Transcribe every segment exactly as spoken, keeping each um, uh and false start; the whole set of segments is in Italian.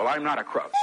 Well, I'm not a crook.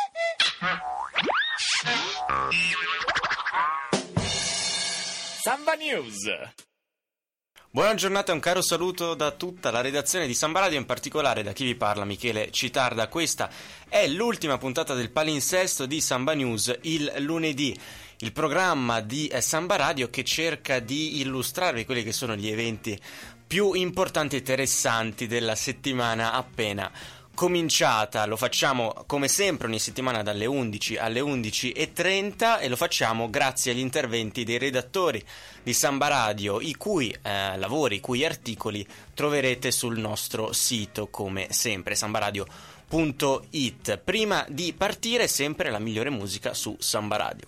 Samba News. Buona giornata e un caro saluto da tutta la redazione di Samba Radio, in particolare da chi vi parla, Michele Citarda. Questa è l'ultima puntata del palinsesto di Samba News il lunedì, il programma di Samba Radio che cerca di illustrarvi quelli che sono gli eventi più importanti e interessanti della settimana appena cominciata. Lo facciamo come sempre ogni settimana dalle undici alle undici e trenta e lo facciamo grazie agli interventi dei redattori di Samba Radio, i cui eh, lavori, i cui articoli troverete sul nostro sito come sempre, sambaradio punto it. Prima di partire, sempre la migliore musica su Samba Radio.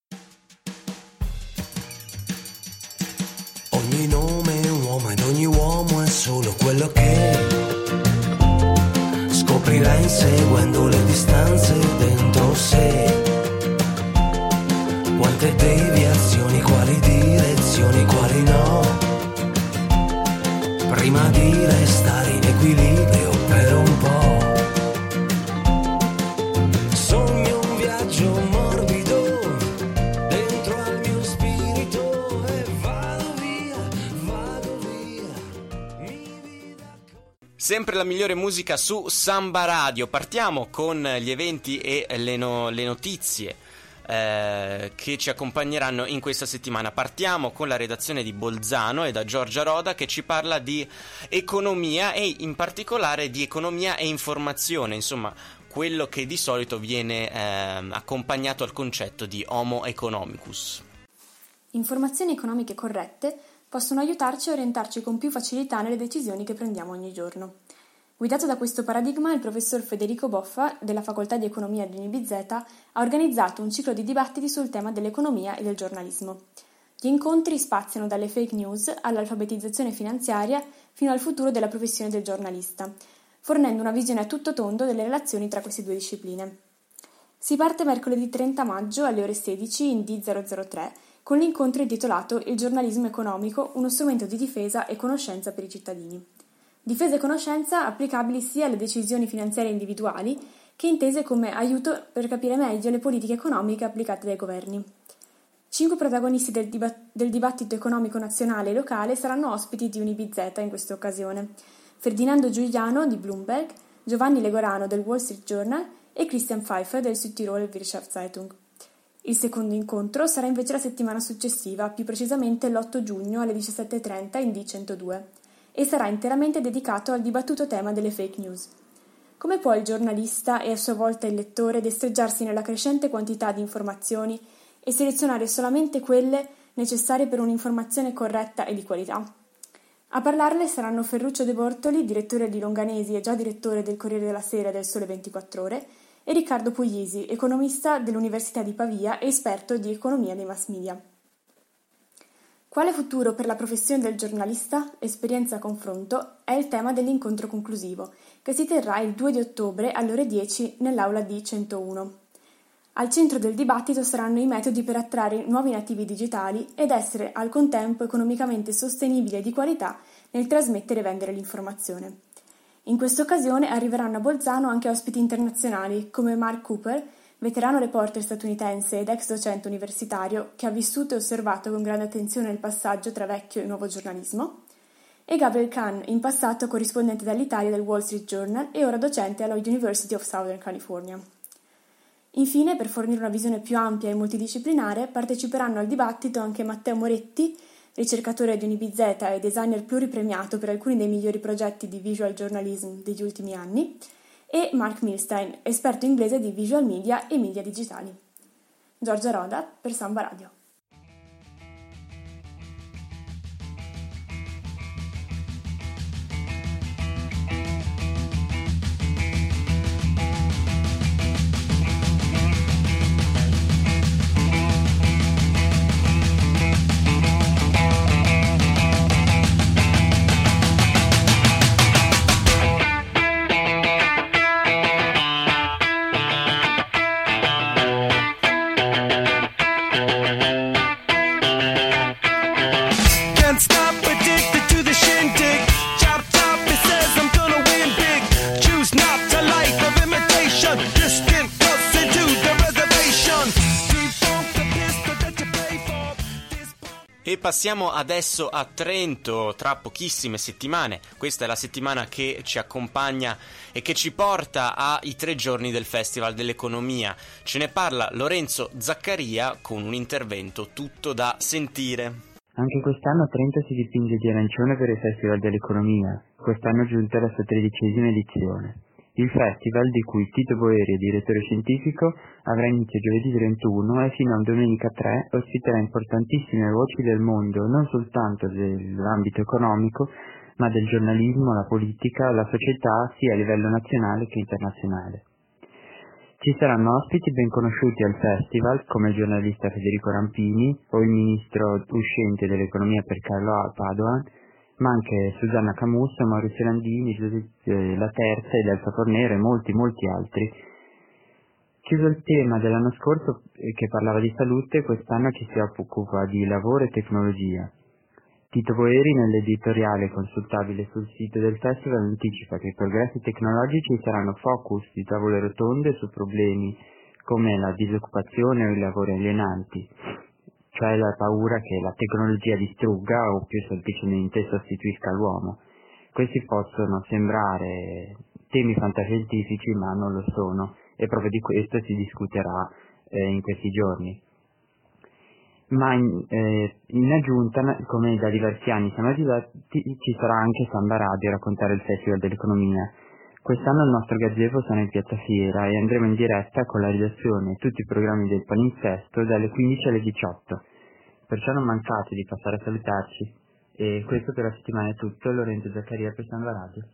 Ogni nome è un uomo ed ogni uomo è solo quello che scoprirà inseguendo le distanze dentro sé. Quante deviazioni, quali direzioni, quali no, prima di restare in equilibrio per un po'. Sogno un viaggio morbido dentro al mio spirito e vado via, vado via, mi vida. Sempre la migliore musica su Samba Radio. Partiamo con gli eventi e le, no- le notizie eh, che ci accompagneranno in questa settimana. Partiamo con la redazione di Bolzano e da Giorgia Roda, che ci parla di economia e in particolare di economia e informazione, insomma quello che di solito viene eh, accompagnato al concetto di Homo economicus. Informazioni economiche corrette possono aiutarci a orientarci con più facilità nelle decisioni che prendiamo ogni giorno. Guidato da questo paradigma, il professor Federico Boffa, della Facoltà di Economia di Unibizeta, ha organizzato un ciclo di dibattiti sul tema dell'economia e del giornalismo. Gli incontri spaziano dalle fake news all'alfabetizzazione finanziaria fino al futuro della professione del giornalista, fornendo una visione a tutto tondo delle relazioni tra queste due discipline. Si parte mercoledì trenta maggio alle ore sedici in D zero zero tre con l'incontro intitolato Il giornalismo economico, uno strumento di difesa e conoscenza per i cittadini. Difesa e conoscenza applicabili sia alle decisioni finanziarie individuali che intese come aiuto per capire meglio le politiche economiche applicate dai governi. Cinque protagonisti del, dibat- del dibattito economico nazionale e locale saranno ospiti di Unibizeta in questa occasione: Ferdinando Giuliano di Bloomberg, Giovanni Legorano del Wall Street Journal e Christian Pfeiffer del Südtiroler Wirtschaftszeitung. Il secondo incontro sarà invece la settimana successiva, più precisamente l'otto giugno alle diciassette e trenta in D centodue, e sarà interamente dedicato al dibattuto tema delle fake news. Come può il giornalista e a sua volta il lettore destreggiarsi nella crescente quantità di informazioni e selezionare solamente quelle necessarie per un'informazione corretta e di qualità? A parlarle saranno Ferruccio De Bortoli, direttore di Longanesi e già direttore del Corriere della Sera e del Sole ventiquattro Ore, e Riccardo Puglisi, economista dell'Università di Pavia e esperto di economia dei mass media. Quale futuro per la professione del giornalista? Esperienza a confronto è il tema dell'incontro conclusivo, che si terrà il due di ottobre alle ore dieci nell'aula D centouno. Al centro del dibattito saranno i metodi per attrarre nuovi nativi digitali ed essere al contempo economicamente sostenibili e di qualità nel trasmettere e vendere l'informazione. In questa occasione arriveranno a Bolzano anche ospiti internazionali come Mark Cooper, veterano reporter statunitense ed ex docente universitario che ha vissuto e osservato con grande attenzione il passaggio tra vecchio e nuovo giornalismo, e Gabriel Kahn, in passato corrispondente dall'Italia del Wall Street Journal e ora docente alla University of Southern California. Infine, per fornire una visione più ampia e multidisciplinare, parteciperanno al dibattito anche Matteo Moretti, ricercatore di Unibizeta e designer pluripremiato per alcuni dei migliori progetti di visual journalism degli ultimi anni, e Mark Milstein, esperto inglese di visual media e media digitali. Giorgia Roda per Samba Radio. E passiamo adesso a Trento, tra pochissime settimane. Questa è la settimana che ci accompagna e che ci porta ai tre giorni del Festival dell'Economia. Ce ne parla Lorenzo Zaccaria con un intervento tutto da sentire. Anche quest'anno Trento si dipinge di arancione per il Festival dell'Economia, quest'anno giunta alla sua tredicesima edizione. Il festival, di cui Tito Boeri è direttore scientifico, avrà inizio giovedì trentuno e fino a domenica tre ospiterà importantissime voci del mondo, non soltanto dell'ambito economico, ma del giornalismo, la politica, la società, sia a livello nazionale che internazionale. Ci saranno ospiti ben conosciuti al festival, come il giornalista Federico Rampini o il ministro uscente dell'economia Piercarlo Padoan, ma anche Susanna Camusso, Maurizio Landini, Giuseppe La Terza, Elsa Fornero e molti, molti altri. Chiuso il tema dell'anno scorso che parlava di salute, quest'anno ci si occupa di lavoro e tecnologia. Tito Boeri, nell'editoriale consultabile sul sito del festival, anticipa che i progressi tecnologici saranno focus di tavole rotonde su problemi come la disoccupazione o i lavori alienanti, cioè la paura che la tecnologia distrugga o più semplicemente sostituisca l'uomo. Questi possono sembrare temi fantascientifici, ma non lo sono, e proprio di questo si discuterà eh, in questi giorni. Ma in, eh, in aggiunta, come da diversi anni siamo abituati, ci sarà anche Samba Radio a raccontare il Festival dell'Economia. Quest'anno il nostro gazebo sarà in Piazza Fiera e andremo in diretta con la redazione e tutti i programmi del palinsesto dalle quindici alle diciotto. Perciò non mancate di passare a salutarci. E questo per la settimana è tutto. Lorenzo Zaccaria per Samba Radio.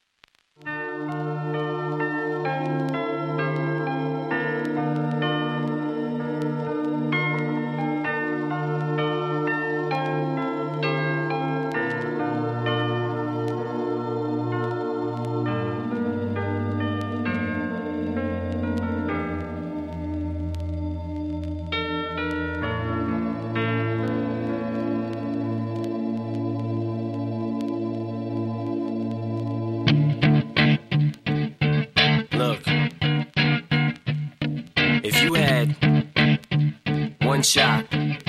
One shot,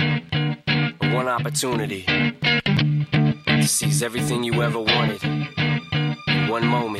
one opportunity to seize everything you ever wanted in one moment.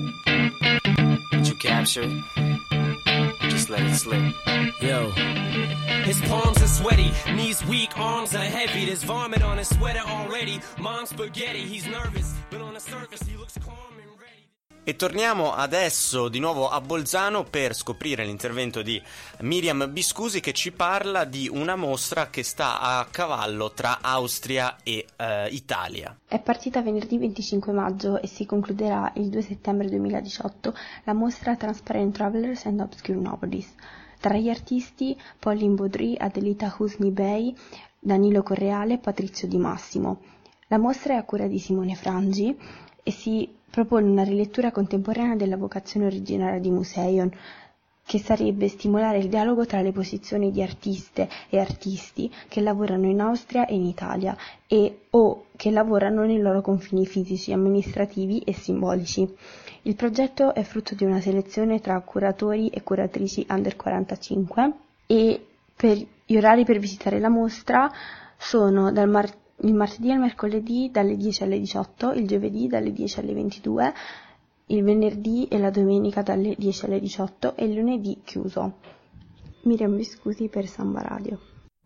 Did you capture it? Or just let it slip? Yo. His palms are sweaty, knees weak, arms are heavy. There's vomit on his sweater already. Mom's spaghetti, he's nervous, but on the surface he looks calm and ready. E torniamo adesso di nuovo a Bolzano per scoprire l'intervento di Miriam Biscusi, che ci parla di una mostra che sta a cavallo tra Austria e eh, Italia. È partita venerdì venticinque maggio e si concluderà il due settembre duemiladiciotto la mostra Transparent Travelers and Obscure Nobodies. Tra gli artisti Pauline Baudry, Adelita Husni-Bey, Danilo Correale e Patrizio Di Massimo. La mostra è a cura di Simone Frangi e si propone una rilettura contemporanea della vocazione originaria di Museion, che sarebbe stimolare il dialogo tra le posizioni di artiste e artisti che lavorano in Austria e in Italia e o che lavorano nei loro confini fisici, amministrativi e simbolici. Il progetto è frutto di una selezione tra curatori e curatrici under quarantacinque e per gli orari per visitare la mostra sono dal martedì il martedì al mercoledì dalle dieci alle diciotto, il giovedì dalle dieci alle ventidue, il venerdì e la domenica dalle dieci alle diciotto e il lunedì chiuso. Miriam Biscusi per Samba Radio.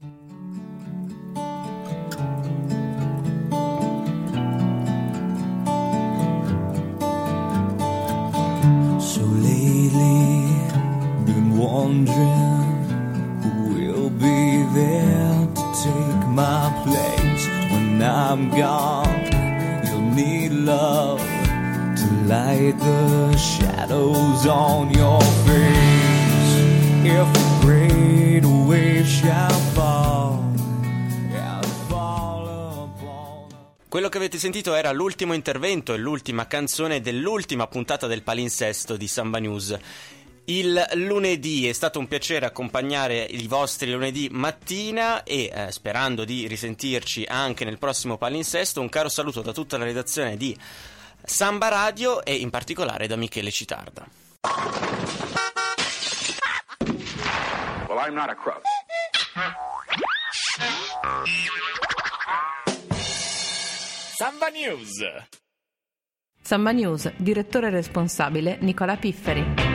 So lately, been wondering who will be there to take my place. When I'm gone, you'll need love to light the shadows on your face. If a great wave shall fall, I'll fall upon. Quello che avete sentito era l'ultimo intervento e l'ultima canzone dell'ultima puntata del palinsesto di Samba News. Il lunedì è stato un piacere accompagnare i vostri lunedì mattina e eh, sperando di risentirci anche nel prossimo palinsesto, un caro saluto da tutta la redazione di Samba Radio e in particolare da Michele Citarda. Well, I'm not a crook. Samba News. Samba News, direttore responsabile Nicola Pifferi.